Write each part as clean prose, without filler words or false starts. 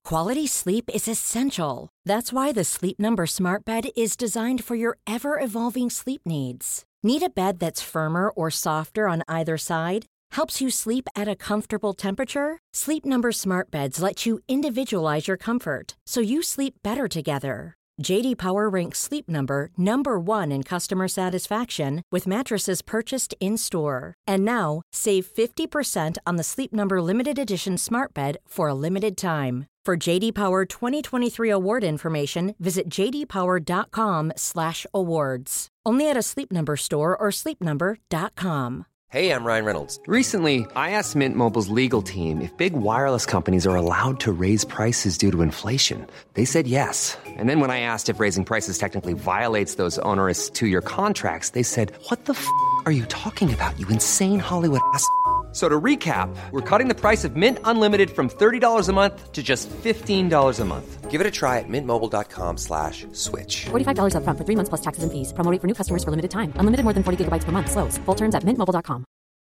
Quality sleep is essential. That's why the Sleep Number Smart Bed is designed for your ever-evolving sleep needs. Need a bed that's firmer or softer on either side? Helps you sleep at a comfortable temperature? Sleep Number Smart Beds let you individualize your comfort, so you sleep better together. J.D. Power ranks Sleep Number #1 in customer satisfaction with mattresses purchased in-store. And now, save 50% on the Sleep Number Limited Edition Smart Bed for a limited time. For J.D. Power 2023 award information, visit jdpower.com/awards. Only at a Sleep Number store or sleepnumber.com. Hey, I'm Ryan Reynolds. Recently, I asked Mint Mobile's legal team if big wireless companies are allowed to raise prices due to inflation. They said yes. And then when I asked if raising prices technically violates those onerous two-year contracts, they said, "What the f*** are you talking about, you insane Hollywood ass?" So to recap, we're cutting the price of Mint Unlimited from $30 a month to just $15 a month. Give it a try at mintmobile.com/switch. $45 up front for 3 months plus taxes and fees. Promo rate for new customers for limited time. Unlimited more than 40 gigabytes per month. Slows full terms at mintmobile.com.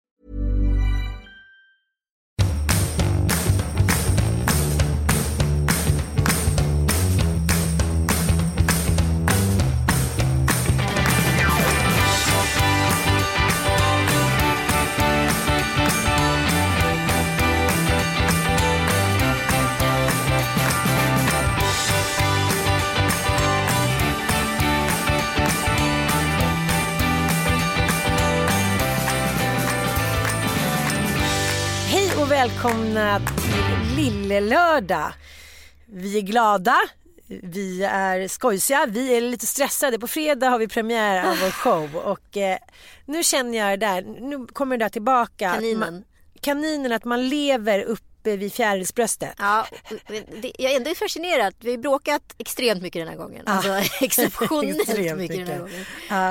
Välkomna till Lillelördag. Vi är glada, vi är skojsiga, vi är lite stressade. På fredag har vi premiär av vår show och nu känner jag där, nu kommer det där tillbaka. Kaninen, att man lever uppe vid fjärilsbröstet. Ja, jag är ändå fascinerad. Vi har bråkat extremt mycket den här gången. Alltså exceptionellt mycket den här gången.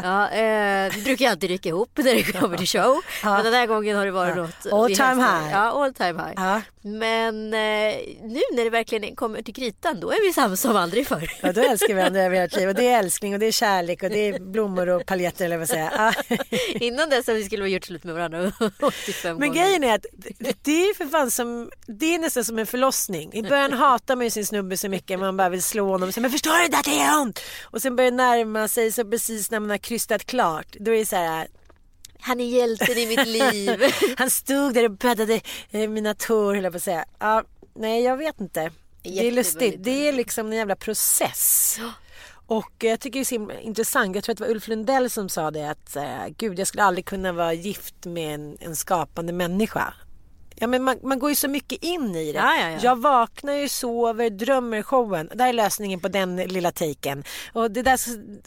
Vi brukar alltid rycka ihop när det kommer till show. Men den här gången har det varit något. All time high. Ja, all time high. Men nu när det verkligen kommer till kritan, då är vi samma som aldrig förr. Ja, då älskar vi andra över hela liv. Och det är älskling och det är kärlek och det är blommor och paljetter eller vad säga. Innan dess har vi skulle ha gjort slut med varandra 85 Men gånger. grejen är att det är för fan som, det är nästan som en förlossning. I början hatar man ju sin snubbe så mycket, man bara vill slå honom och säga, men förstår du att det är ont? Och sen börjar närma sig, så precis när man har krystat klart, då är det så här: han är hjälten i mitt liv. Han stod där och bäddade mina tår, höll jag på att säga. Ja, nej, jag vet inte. Det är lustigt. Det är liksom en jävla process. Och jag tycker det är så intressant. Jag tror att det var Ulf Lundell som sa det, att gud, jag skulle aldrig kunna vara gift med en skapande människa. Ja, men man går ju så mycket in i det. Ja. Jag vaknar ju, sover, drömmer showen. Där är lösningen på den lilla taken. Och det där,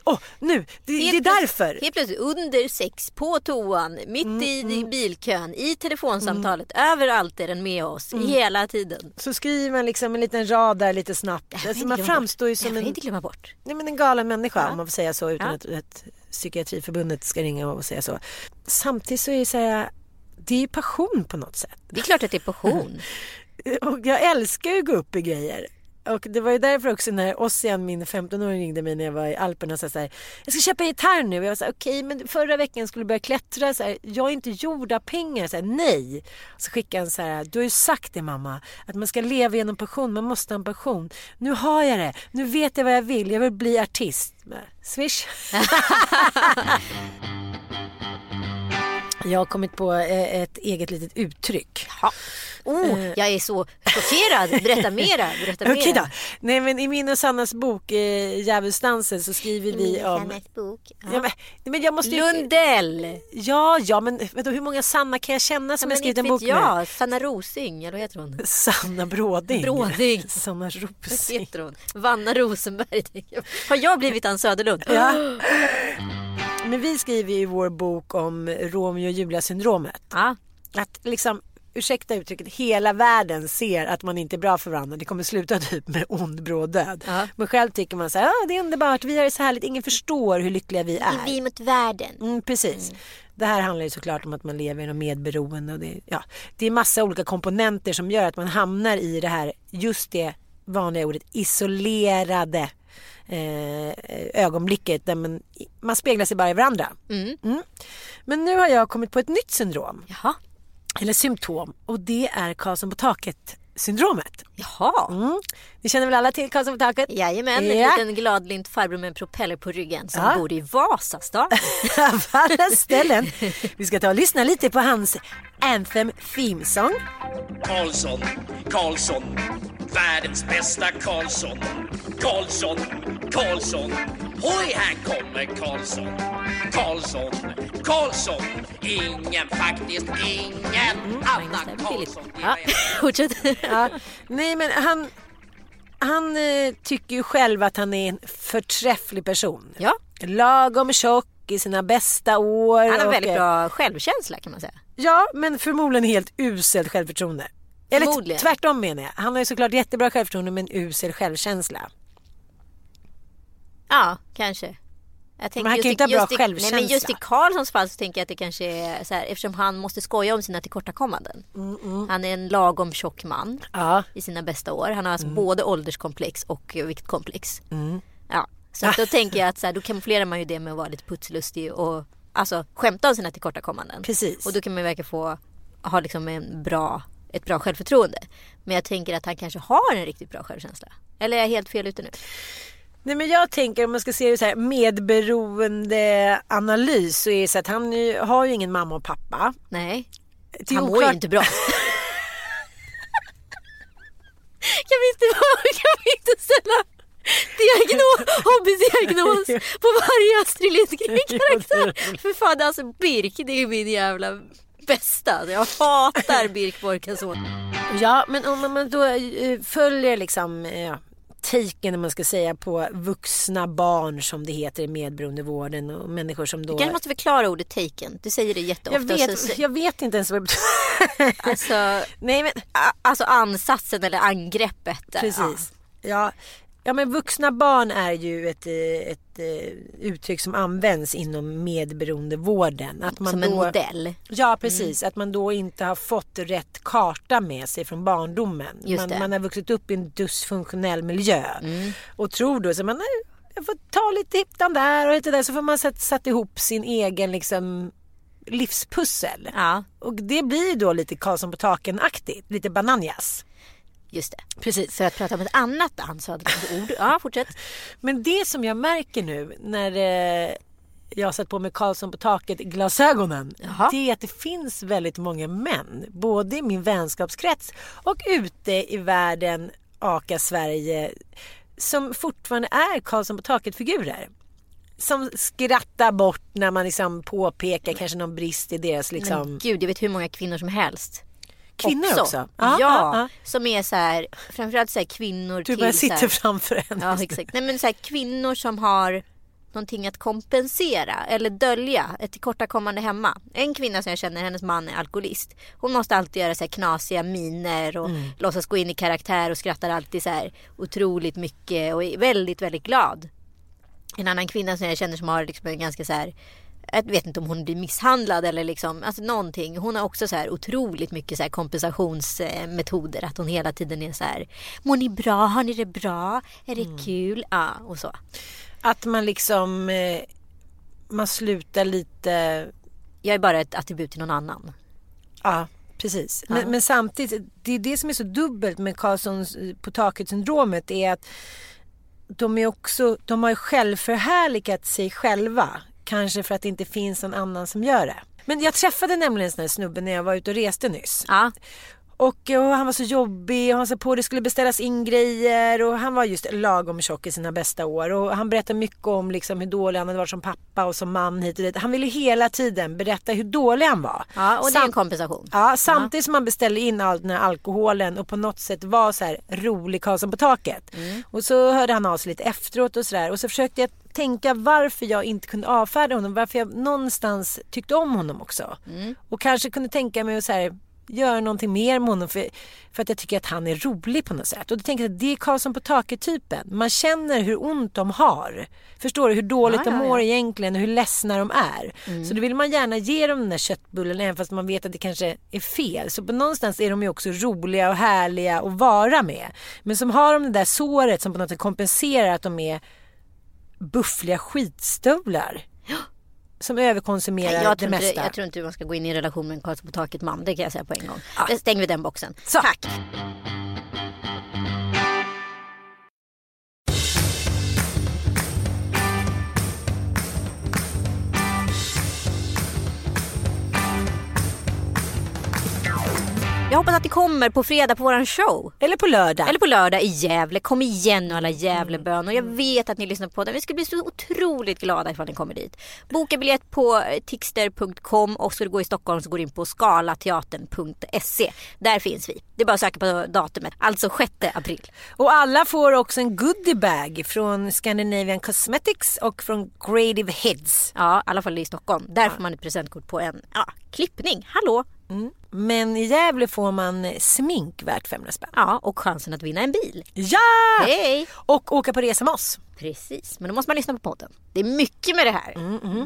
det är därför. Helt plötsligt under sex, på toan, mitt i bilkön, i telefonsamtalet, överallt är den med oss hela tiden. Så skriver man liksom en liten rad där lite snabbt. Alltså man framstår ju som inte glömma bort. Nej, men en galen människa, om man får säga så, utan att Psykiatriförbundet ska ringa och säga så. Samtidigt så är det så här, det är ju passion på något sätt. Det är klart att det är passion. Och jag älskar ju att gå upp i grejer. Och det var ju därför också när Ossian, min 15-åring, ringde mig när jag var i Alperna och sa så här: jag ska köpa gitarr nu. Jag var så här, okej, men förra veckan skulle jag börja klättra. Så här, jag är inte gjord av pengar. Så här, nej. Så skickade han så här: du har ju sagt det, mamma, att man ska leva genom passion. Man måste ha en passion. Nu har jag det. Nu vet jag vad jag vill. Jag vill bli artist. Swish. Jag har kommit på ett eget litet uttryck. Jag är så chockerad. Berätta mera. Okej då. Nej, men i min och Sannas bok Djävulsdansen så skriver vi om... Sannas bok. Ja, men jag måste... Lundell. Ja, men vet du, hur många Sanna kan jag känna som jag skrivit en bok med? Ja, Sanna Rosing, eller vad heter hon? Sanna Bråding. Sanna Rosing. Vad heter hon? Vanna Rosenberg. Har jag blivit Ann Söderlund? Ja. Men vi skriver i vår bok om Romeo och Julia-syndromet. Att liksom, ursäkta uttrycket, hela världen ser att man inte är bra för varandra. Det kommer sluta typ med ond, bråd död. Men själv tycker man så här, det är underbart, vi har det så härligt, ingen förstår hur lyckliga vi är. Det är vi mot världen. Precis. Det här handlar ju såklart om att man lever i något medberoende. Och det är massa olika komponenter som gör att man hamnar i det här, just det vanliga ordet, isolerade ögonblicket där man speglar sig bara i varandra. Men nu har jag kommit på ett nytt syndrom. Jaha. Eller symptom. Och det är Karlsson på taket syndromet. Jaha. Vi känner väl alla till Karlsson på taket? Jajamän, en liten gladlynt farbror med en propeller på ryggen som bor i Vasastan. Av alla ställen. Vi ska ta och lyssna lite på hans Anthem Theme Song. Karlsson, Karlsson, världens bästa Karlsson. Karlsson, Karlsson, hoj här kommer Karlsson. Karlsson, Karlsson, ingen faktiskt, ingen annan Karlsson. Fortsätt. Nej, men han tycker ju själv att han är en förträfflig person. Ja. Lagom tjock i sina bästa år. Han har väldigt bra självkänsla kan man säga. Ja, men förmodligen helt uselt självförtroende. Eller tvärtom menar jag. Han har ju såklart jättebra självförtroende men usel självkänsla. Ja, kanske. Jag tänker men han kan ju inte ha bra självkänsla. Nej, men just i Karlssons fall så tänker jag att det kanske är så här, eftersom han måste skoja om sina tillkortakommanden. Han är en lagom tjock man i sina bästa år. Han har alltså både ålderskomplex och viktkomplex. Ja, så att då tänker jag att så här, då kamouflerar man ju det med att vara lite putslustig och alltså skämta om sina tillkortakommanden. Precis. Och då kan man ju verkligen få ha liksom ett bra självförtroende. Men jag tänker att han kanske har en riktigt bra självkänsla. Eller är jag helt fel ute nu? Nej, men jag tänker om man ska se det så här medberoende analys så är det så att han har ju ingen mamma och pappa. Nej, han mår ju inte bra. Kan vi inte ställa hobbydiagnos på varje Astrid Lindgren-karaktär? För fan, alltså Birk, det är min jävla bästa. Jag hatar Birk Borkason. Ja, men om man då följer liksom taken, när man ska säga, på vuxna barn som det heter i medberoendevården och människor som då... Du kanske måste förklara ordet taken. Du säger det jätteofta. Jag vet inte ens vad det betyder. Alltså ansatsen eller angreppet. Precis. Ja, men vuxna barn är ju ett uttryck som används inom medberoendevården. Att man som en modell. Ja, precis. Att man då inte har fått rätt karta med sig från barndomen. Man har vuxit upp i en dysfunktionell miljö. Och tror då så man får ta lite hittan där och lite där, så får man satt ihop sin egen liksom livspussel. Ja. Och det blir då lite Karlsson på taken-aktigt. Lite bananjas. Just det. Precis. För att prata om ett annat ord. Ja, fortsätt. Men det som jag märker nu när jag har satt på mig Karlsson på taket glasögonen, det är att det finns väldigt många män, både i min vänskapskrets och ute i världen, aka Sverige, som fortfarande är Karlsson på taket-figurer. Som skrattar bort när man liksom påpekar kanske någon brist i deras liksom... Men gud, jag vet hur många kvinnor som helst. Kvinnor också? Ja, som är så här, framförallt så här kvinnor du bara sitter här, framför en. Ja, exakt. Nej, men så här, kvinnor som har någonting att kompensera eller dölja ett tillkortakommande hemma. En kvinna som jag känner, hennes man är alkoholist. Hon måste alltid göra så här knasiga miner och låtsas gå in i karaktär och skrattar alltid så här otroligt mycket och är väldigt, väldigt glad. En annan kvinna som jag känner som har liksom en ganska så här, jag vet inte om hon blir misshandlad eller liksom, alltså någonting. Hon har också så här otroligt mycket så här kompensationsmetoder. Att hon hela tiden är så här: mår ni bra? Har ni det bra? Är det kul? Ja, och så. Att man liksom man slutar lite... Jag är bara ett attribut till någon annan. Ja, precis. Ja. Men samtidigt, det är det som är så dubbelt med Karlssons på taket-syndromet, är att de har ju självförhärligat sig själva. Kanske för att det inte finns någon annan som gör det. Men jag träffade nämligen en sån här snubbe när jag var ute och reste nyss. Ja. Och han var så jobbig och han sa på det skulle beställas in grejer och han var just lagom tjock i sina bästa år och han berättade mycket om liksom hur dålig han hade varit som pappa och som man hit och dit. Han ville hela tiden berätta hur dålig han var. Ja, och det är en kompensation. Ja, samtidigt som man beställde in all den här alkoholen och på något sätt var så här rolig Karlsson på taket. Och så hörde han av sig lite efteråt och sådär och så försökte jag tänka varför jag inte kunde avfärda honom, varför jag någonstans tyckte om honom också. Och kanske kunde tänka mig att så här göra någonting mer med honom för att jag tycker att han är rolig på något sätt. Och då tänker jag att det är Karlsson på taket-typen. Man känner hur ont de har. Förstår du hur dåligt de mår egentligen och hur ledsna de är. Så då vill man gärna ge dem den där köttbullen även fast man vet att det kanske är fel. Så på någonstans är de ju också roliga och härliga att vara med. Men som har de det där såret som på något sätt kompenserar att de är buffliga skitstövlar. Som överkonsumerar det mesta. Jag tror inte man ska gå in i en relation med en Karlsson på taket man. Det kan jag säga på en gång. Stäng vi den boxen. Så. Tack. Jag hoppas att ni kommer på fredag på våran show. Eller på lördag. Eller på lördag i Gävle. Kom igen nu alla Gävlebön. Och jag vet att ni lyssnar på den. Vi ska bli så otroligt glada ifall ni kommer dit. Boka biljett på tixter.com och så du går i Stockholm så går in på skalateatern.se. Där finns vi. Det är bara att söka på datumet. Alltså 6 april. Och alla får också en goodiebag från Scandinavian Cosmetics och från Creative Heads. Ja, i alla fall i Stockholm. Där får man ett presentkort på en klippning. Hallå! Men i Gävle får man smink värt 500 spänn. Ja, och chansen att vinna en bil. Ja! Hej! Och åka på resa med oss. Precis, men då måste man lyssna på podden. Det är mycket med det här.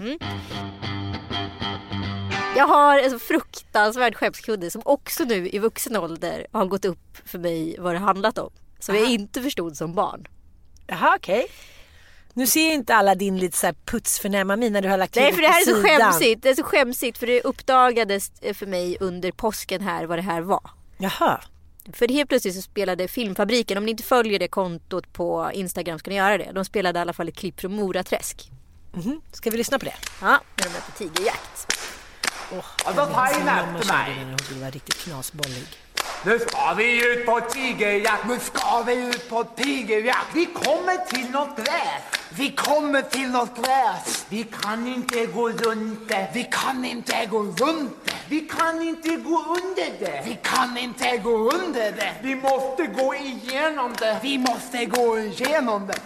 Jag har en så fruktansvärd skeppskudde som också nu i vuxen ålder har gått upp för mig vad det handlat om. Som jag inte förstod som barn. Jaha, okej. Nu ser inte alla din lite så här putsförnäma min när du har lagt till. Nej, för det här är så sidan. skämsigt. Det är så skämsigt för det uppdagades för mig under påsken här vad det här var. Jaha. För helt plötsligt så spelade Filmfabriken, om ni inte följer det kontot på Instagram ska ni göra det. De spelade i alla fall ett klipp från Moraträsk. Ska vi lyssna på det? Ja, när de är på tigerjakt. Ja, då tar jag nätt mig. Hon skulle vara riktigt knasbollig. Nu ska vi ut på tigerjakt. Nu ska vi ut på tigerjakt. Vi kommer till något gräs. Vi kommer till något gräs. Vi kan inte gå runt det. Vi kan inte gå runt det. Vi kan inte gå under det. Vi kan inte gå under det. Vi måste gå igenom det. Vi måste gå igenom det.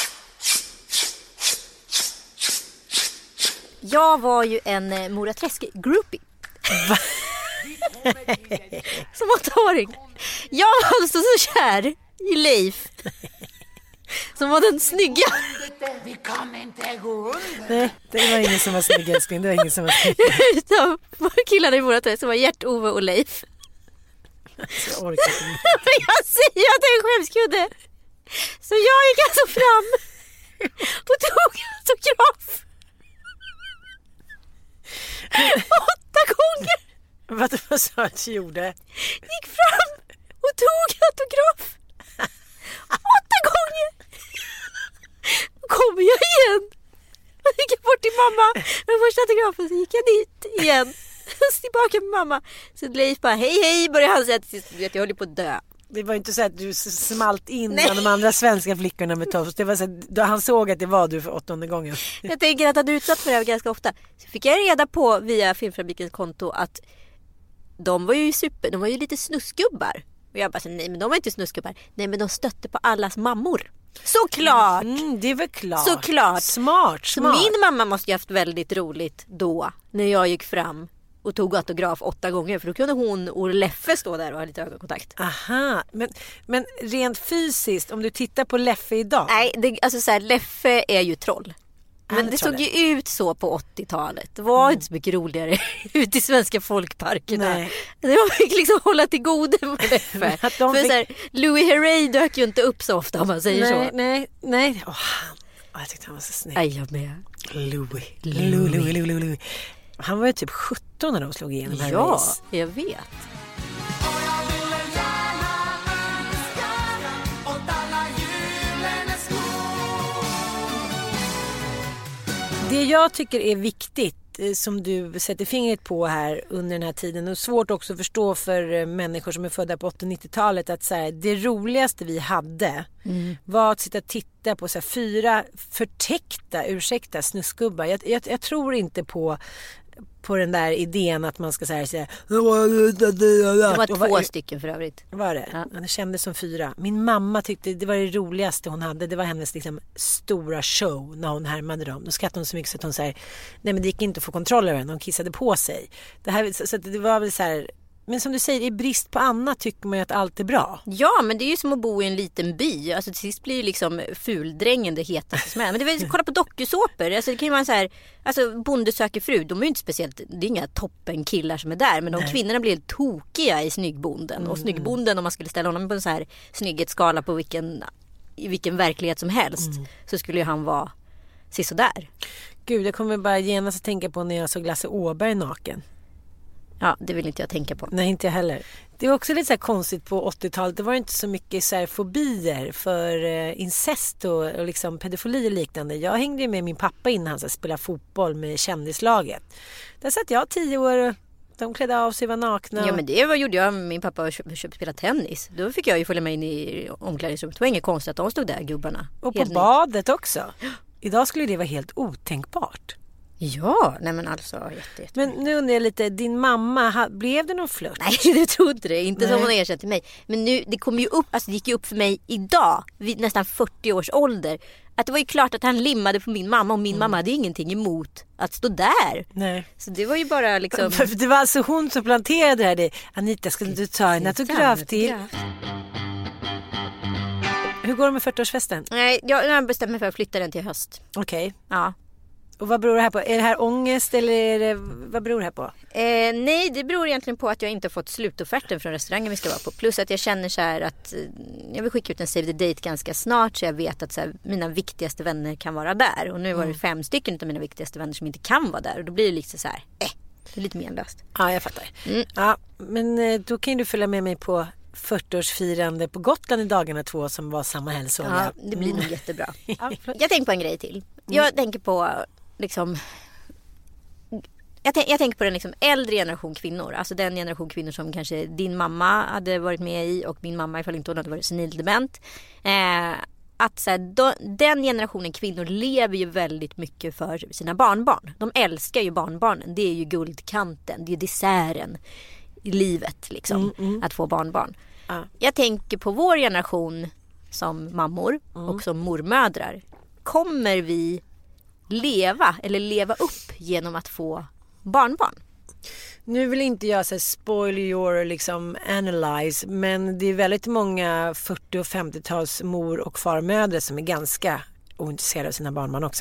Jag var ju en Moraträsk-groupie. Som 8-åring. Jag var alltså så kär i Leif. Som var den snygga. Vi kan inte gå under. Nej, det var ingen som var snygg älskling. Det var ingen som var snygg. Utan killarna i Moraträsk som var Gert-Ove och Leif. Jag orkar inte. Jag säger att det är en skämskudde. Så jag gick alltså fram och tog autograf 8 gånger. Vad sa att du gjorde? Gick fram och tog autograf 8 gånger. Då kommer jag igen. Och gick jag bort till mamma med första autografen, så gick jag dit igen. Så tillbaka med mamma. Så Leif bara hej, började han säga till sist, jag höll på att dö. Det var inte så att du smalt in bland de andra svenska flickorna med tofs. Det var så att då han såg att det var du för 8:e gången. Jag tänker att han är utsatt för det här ganska ofta. Så fick jag reda på via Filmfabrikens konto att de var ju de var ju lite snusgubbar. Och jag bara så, nej men de var inte snusgubbar. Nej men de stötte på allas mammor. Såklart! Det är väl klart. Såklart. Smart. Så min mamma måste ju haft väldigt roligt då när jag gick fram och tog autograf 8 gånger. För då kunde hon och Leffe stå där och ha lite ögonkontakt. Aha, men rent fysiskt, om du tittar på Leffe idag. Nej, alltså så här, Leffe är ju troll. Men det såg ju ut så på 80-talet. Det var inte så mycket roligare ute i svenska folkparkerna. Nej. Det var mycket liksom hålla till goda med Leffe. För så här, Louis Herrey dök ju inte upp så ofta om man säger så. Nej. Jag tyckte han var så snygg. Aj, jag med. Louis. Han var ju typ 17 när de slog igenom här. Ja, jag vet. Det jag tycker är viktigt som du sätter fingret på här under den här tiden och svårt också att förstå för människor som är födda på 80-90-talet att så här, det roligaste vi hade var att sitta och titta på så här, 4 förtäckta, snusgubbar. Jag tror inte på den där idén att man ska säga det var 2 stycken för övrigt. Var det? Ja. Det kändes som 4. Min mamma tyckte det var det roligaste hon hade. Det var hennes liksom stora show när hon härmade dem. Då skrattade hon så mycket så att hon säger nej men det gick inte att få kontroll över henne. Hon kissade på sig. Det här, så det var väl så här. Men som du säger, i brist på annat tycker man ju att allt är bra. Ja, men det är ju som att bo i en liten by. Alltså till sist blir ju liksom fuldrängen det hetaste som är. Men det är väl, kolla på dokusåpor. Alltså det kan ju vara så här, alltså Bonde söker fru. De är ju inte speciellt, det är inga toppenkillar som är där. Men de kvinnorna blir helt tokiga i Snyggbonden. Och Snyggbonden, om man skulle ställa honom på en så här snygghetsskala på vilken verklighet som helst. Så skulle ju han vara sisådär. Gud, jag kommer bara genast att tänka på när jag såg Lasse Åberg naken. Ja, det vill inte jag tänka på. Nej, inte jag heller. Det var också lite så här konstigt på 80-talet. Det var inte så mycket så här fobier för incest och liksom pedofili och liknande. Jag hängde med min pappa innan han spelade fotboll med kändislaget. Där satt jag 10 år och De klädde av sig, var nakna. Ja, men det gjorde jag. Min pappa spelade tennis. Då fick jag ju följa med in i omklädningsrummet. Det var inget konstigt att de stod där, gubbarna. Och på badet också. Idag skulle det vara helt otänkbart. Ja, nej men alltså jätte. Men nu undrar jag lite, din mamma, blev det någon flört? Nej, det tror inte det. Inte som hon har erkänt till mig. Men nu, det kom ju upp, alltså det gick ju upp för mig idag, vid nästan 40 års ålder, att det var ju klart att han limmade på min mamma. Och min mamma hade ingenting emot att stå där. Nej. Så det var ju bara liksom... Det var alltså hon som planterade det här. Anita, skulle du ta en autograf till? Hur går det med 40-årsfesten? Nej, jag har bestämt mig för att flytta den till höst. Okej. Ja. Och vad beror det här på? Är det här ångest eller vad beror det här på? Nej, det beror egentligen på att jag inte har fått slutofferten från restaurangen vi ska vara på. Plus att jag känner så här att jag vill skicka ut en save the date ganska snart, så jag vet att så här, mina viktigaste vänner kan vara där. Och nu var det 5 stycken av mina viktigaste vänner som inte kan vara där. Och då blir det liksom så här, det är lite menlöst. Ja, jag fattar. Ja, men då kan du följa med mig på 40-årsfirande på Gotland i dagarna 2 som var samma helg. Ja, det blir nog jättebra. Jag tänker på en grej till. Jag tänker på liksom... Jag tänker på den liksom äldre generation kvinnor. Alltså den generation kvinnor som kanske din mamma hade varit med i, och min mamma ifall inte hon hade varit senildement. Att så här, den generationen kvinnor lever ju väldigt mycket för sina barnbarn. De älskar ju barnbarnen. Det är ju guldkanten, det är desserten i livet liksom, att få barnbarn. Jag tänker på vår generation som mammor och som mormödrar. Kommer vi leva upp genom att få barnbarn? Nu vill inte jag säga spoil your liksom analyze, men det är väldigt många 40- och 50-tals mor- och farmödrar som är ganska ointresserade av sina barnbarn också.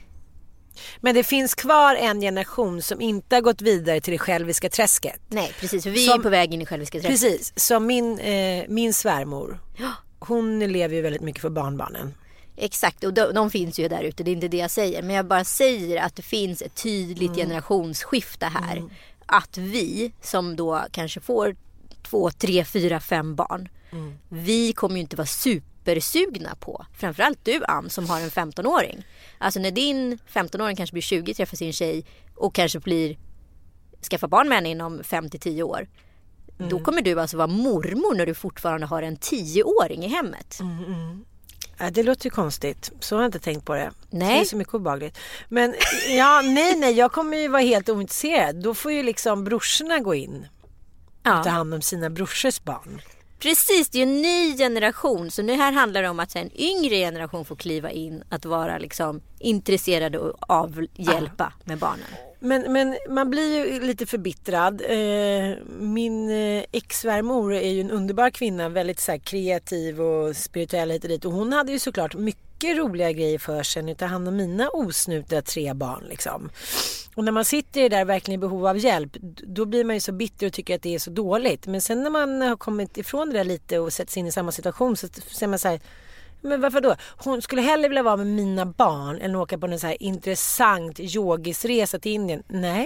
Men det finns kvar en generation som inte har gått vidare till det själviska träsket. Nej, precis. För vi är på väg in i själviska träsket. Precis, som min svärmor. Hon lever ju väldigt mycket för barnbarnen. Exakt, och de finns ju där ute, det är inte det jag säger. Men jag bara säger att det finns ett tydligt generationsskifte här. Att vi som då kanske får 2, 3, 4, 5 barn, vi kommer ju inte vara supersugna på. Framförallt du, Ann, som har en 15-åring. Alltså när din 15-åring kanske blir 20, träffar sin tjej och kanske skaffa barn med henne inom 5-10 år. Då kommer du alltså vara mormor när du fortfarande har en 10-åring i hemmet. Ja, det låter ju konstigt. Så har jag inte tänkt på det. Nej. Det är så mycket obehagligt. Men ja, nej, jag kommer ju vara helt ointresserad. Då får ju liksom brorsorna gå in och ta hand om sina brorsors barn. Precis, det är ju en ny generation. Så nu här handlar det om att en yngre generation får kliva in, att vara liksom intresserade och avhjälpa med barnen. Men man blir ju lite förbittrad. Min ex-svärmor är ju en underbar kvinna, väldigt så här kreativ och spirituell hit och dit. Och hon hade ju såklart mycket roliga grejer för sig utan hand om mina osnutna 3 barn liksom. Och när man sitter där verkligen i behov av hjälp, då blir man ju så bitter och tycker att det är så dåligt. Men sen när man har kommit ifrån det där lite och sätter sig in i samma situation, så säger man så här: men varför då? Hon skulle hellre vilja vara med mina barn än åka på en så här intressant yogisresa till Indien. Nej.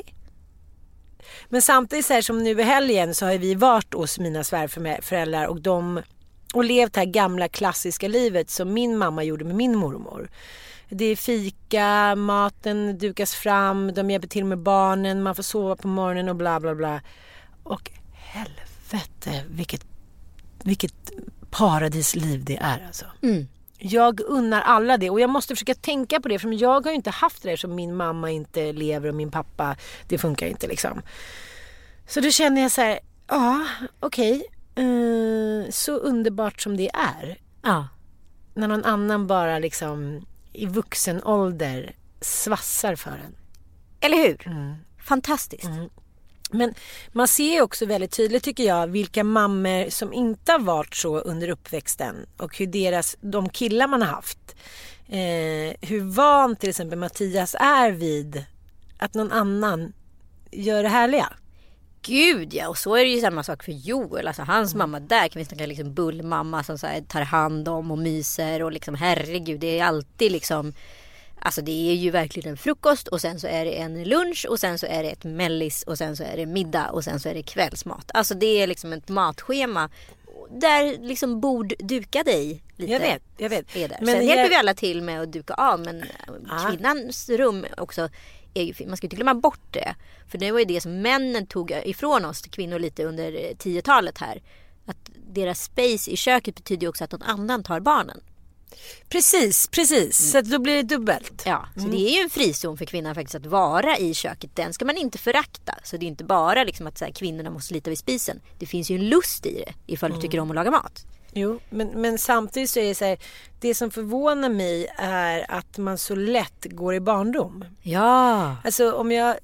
Men samtidigt så här, som nu i helgen så har vi varit hos mina svärföräldrar och levt det här gamla klassiska livet som min mamma gjorde med min mormor. Det är fika, maten dukas fram, de hjälper till med barnen, man får sova på morgonen och bla bla bla. Och helvete, vilket paradisliv det är alltså. Jag unnar alla det och jag måste försöka tänka på det, för jag har ju inte haft det som min mamma inte lever och min pappa, det funkar inte liksom. Så då känner jag så här, okej. Så underbart som det är. Ja. När någon annan bara liksom i vuxen ålder svassar för en. Eller hur? Fantastiskt. Men man ser också väldigt tydligt, tycker jag, vilka mammor som inte har varit så under uppväxten och hur de killar man har haft. Hur van till exempel Mattias är vid att någon annan gör det härliga. Gud ja, och så är det ju samma sak för Joel. Alltså hans mamma där kan vi snacka liksom bullmamma som så här tar hand om och myser och liksom herregud, det är alltid liksom, alltså det är ju verkligen en frukost och sen så är det en lunch och sen så är det ett mellis och sen så är det middag och sen så är det kvällsmat. Alltså det är liksom ett matschema där liksom bord duka dig lite. Jag vet. Men sen hjälper vi alla till med att duka av, men kvinnans rum också är ju, man ska inte glömma bort det. För det var ju det som männen tog ifrån oss kvinnor lite under 10-talet här. Att deras space i köket betyder ju också att någon annan tar barnen. Precis. Så då blir det dubbelt. Ja, så det är ju en frizon för kvinnan faktiskt att vara i köket. Den ska man inte förakta. Så det är inte bara liksom att så här, kvinnorna måste slita vid spisen. Det finns ju en lust i det ifall du tycker om att laga mat. Jo, men samtidigt så är det så här, det som förvånar mig är att man så lätt går i barndom. Ja. Alltså om jag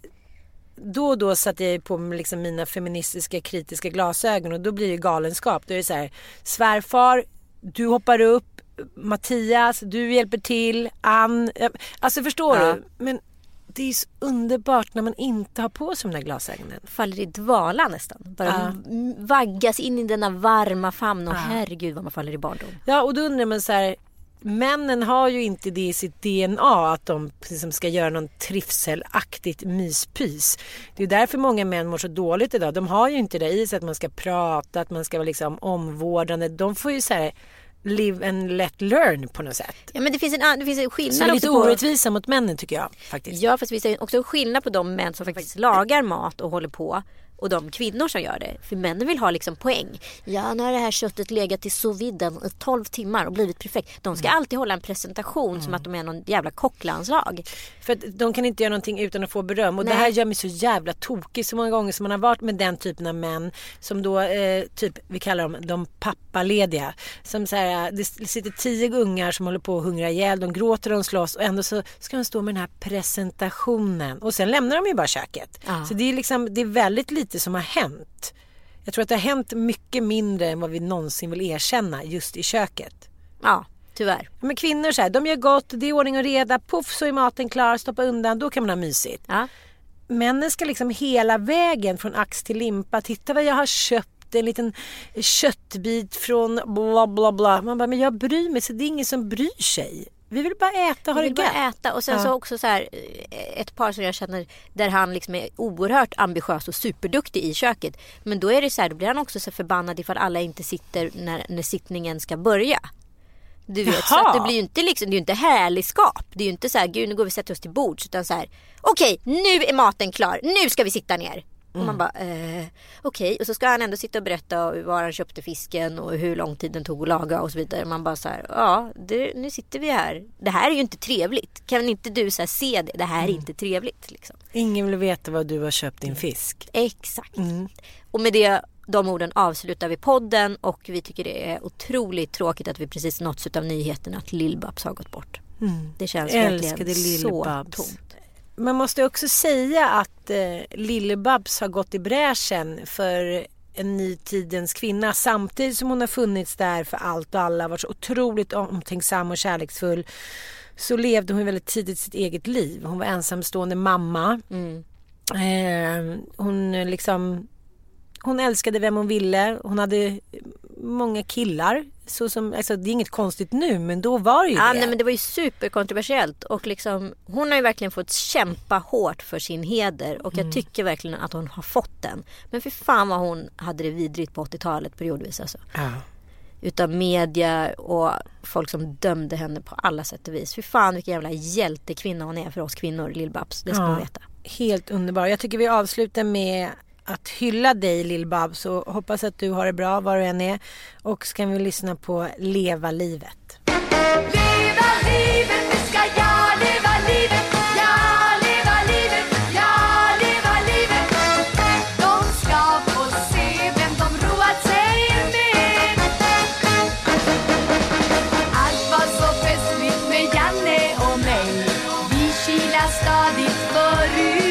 då och då satte jag på mig liksom mina feministiska kritiska glasögon och då blir det galenskap. Då är det så här, svärfar, du hoppar upp, Mattias, du hjälper till, Ann. Alltså förstår du? Men det är så underbart när man inte har på sig de där glasögonen. Faller i dvala nästan. Bara vaggas in i denna varma famn och herregud vad man faller i barndom. Ja, och då undrar man så här, männen har ju inte det i sitt DNA att de liksom ska göra någon trivselaktigt myspys. Det är därför många män mår så dåligt idag. De har ju inte det i sig att man ska prata, att man ska vara liksom omvårdande. De får ju så här live and let learn på något sätt. Ja, men det finns en skillnad. Så lite orättvisa mot männen tycker jag faktiskt. Ja, fast vi ser också en skillnad på de män som faktiskt lagar mat och håller på och de kvinnor som gör det. För männen vill ha liksom poäng. Ja, nu har det här köttet legat i sous viden i 12 timmar och blivit perfekt. De ska alltid hålla en presentation som att de är någon jävla kocklandslag. För att de kan inte göra någonting utan att få beröm. Och det här gör mig så jävla tokig så många gånger som man har varit med den typen av män som då, typ, vi kallar dem de pappalediga. Som så här, det sitter 10 ungar som håller på att hungra ihjäl. De gråter och slåss och ändå så ska de stå med den här presentationen. Och sen lämnar de ju bara köket. Så det är liksom, det är väldigt lite som har hänt. Jag tror att det har hänt mycket mindre än vad vi någonsin vill erkänna just i köket. Ja, tyvärr. Men kvinnor så här, de gör gott, det är ordning och reda, puff så är maten klar, stoppa undan, då kan man ha mysigt. Ja. Männen ska liksom hela vägen från ax till limpa, titta vad jag har köpt, en liten köttbit från bla bla bla. Man bara, men jag bryr mig, så det är ingen som bryr sig. Vi vill bara äta, ha det gött. Vi vill bara äta. Och sen så också så här, ett par som jag känner där han liksom är oerhört ambitiös och superduktig i köket. Men då är det så här, då blir han också så förbannad ifall alla inte sitter när sittningen ska börja. Du vet, så att det blir ju inte liksom, det är ju inte härligskap. Det är ju inte så här, gud nu går vi och sätter oss till bords, utan så här, okej, nu är maten klar. Nu ska vi sitta ner. Och man bara, okej. Och så ska han ändå sitta och berätta var han köpte fisken och hur lång tid den tog att laga och så vidare. Man bara så här, nu sitter vi här. Det här är ju inte trevligt. Kan inte du så här se det? Det här är inte trevligt liksom. Ingen vill veta vad du har köpt din fisk. Exakt. Och med de orden avslutar vi podden, och vi tycker det är otroligt tråkigt att vi precis nåtts av nyheten att Lill-Babs har gått bort. Det känns verkligen så tomt. Man måste också säga att Lill-Babs har gått i bräschen för en ny tidens kvinna, samtidigt som hon har funnits där för allt och alla, varit så otroligt omtänksam och kärleksfull, så levde hon väldigt tidigt sitt eget liv. Hon var ensamstående mamma. Hon älskade vem hon ville. Hon hade många killar. Alltså, det är inget konstigt nu, men då var det ju det. Nej, men det var ju superkontroversiellt. Och liksom, hon har ju verkligen fått kämpa hårt för sin heder. Och jag tycker verkligen att hon har fått den. Men för fan vad hon hade det vidrigt på 80-talet periodvis. Alltså. Utav media och folk som dömde henne på alla sätt och vis. För fan vilken jävla hjältekvinna hon är för oss kvinnor, Lill-Babs. Det ska man veta. Helt underbar. Jag tycker vi avslutar med att hylla dig, Lill-Babs, och hoppas att du har det bra var du än är. Och så kan vi lyssna på Leva livet. Leva livet, nu ska jag leva livet. Jag leva livet, jag leva livet. De ska få se vem de roat sig med. Allt var så festligt med Janne och mig. Vi kilar stadigt förut.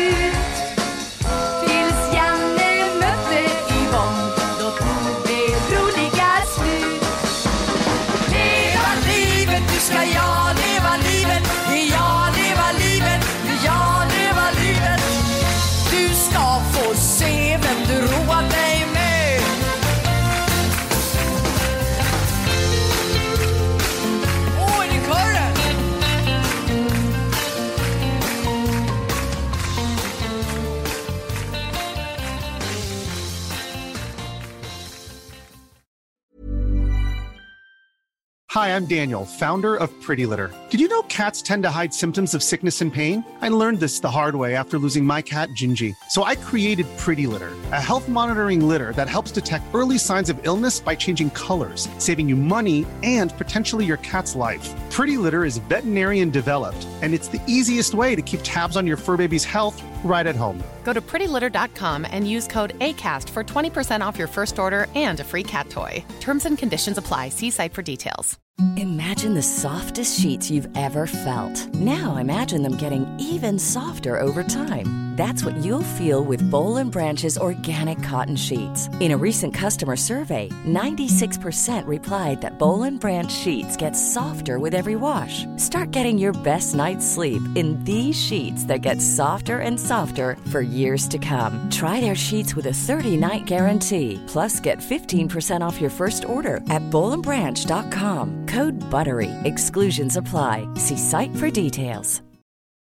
Hi, I'm Daniel, founder of Pretty Litter. Did you know cats tend to hide symptoms of sickness and pain? I learned this the hard way after losing my cat, Gingy. So I created Pretty Litter, a health monitoring litter that helps detect early signs of illness by changing colors, saving you money and potentially your cat's life. Pretty Litter is veterinarian developed, and it's the easiest way to keep tabs on your fur baby's health right at home. Go to prettylitter.com and use code ACAST for 20% off your first order and a free cat toy. Terms and conditions apply. See site for details. Imagine the softest sheets you've ever felt. Now imagine them getting even softer over time. That's what you'll feel with Boll & Branch's organic cotton sheets. In a recent customer survey, 96% replied that Boll & Branch sheets get softer with every wash. Start getting your best night's sleep in these sheets that get softer and softer for years to come. Try their sheets with a 30-night guarantee. Plus, get 15% off your first order at bollandbranch.com. Code BUTTERY. Exclusions apply. See site for details.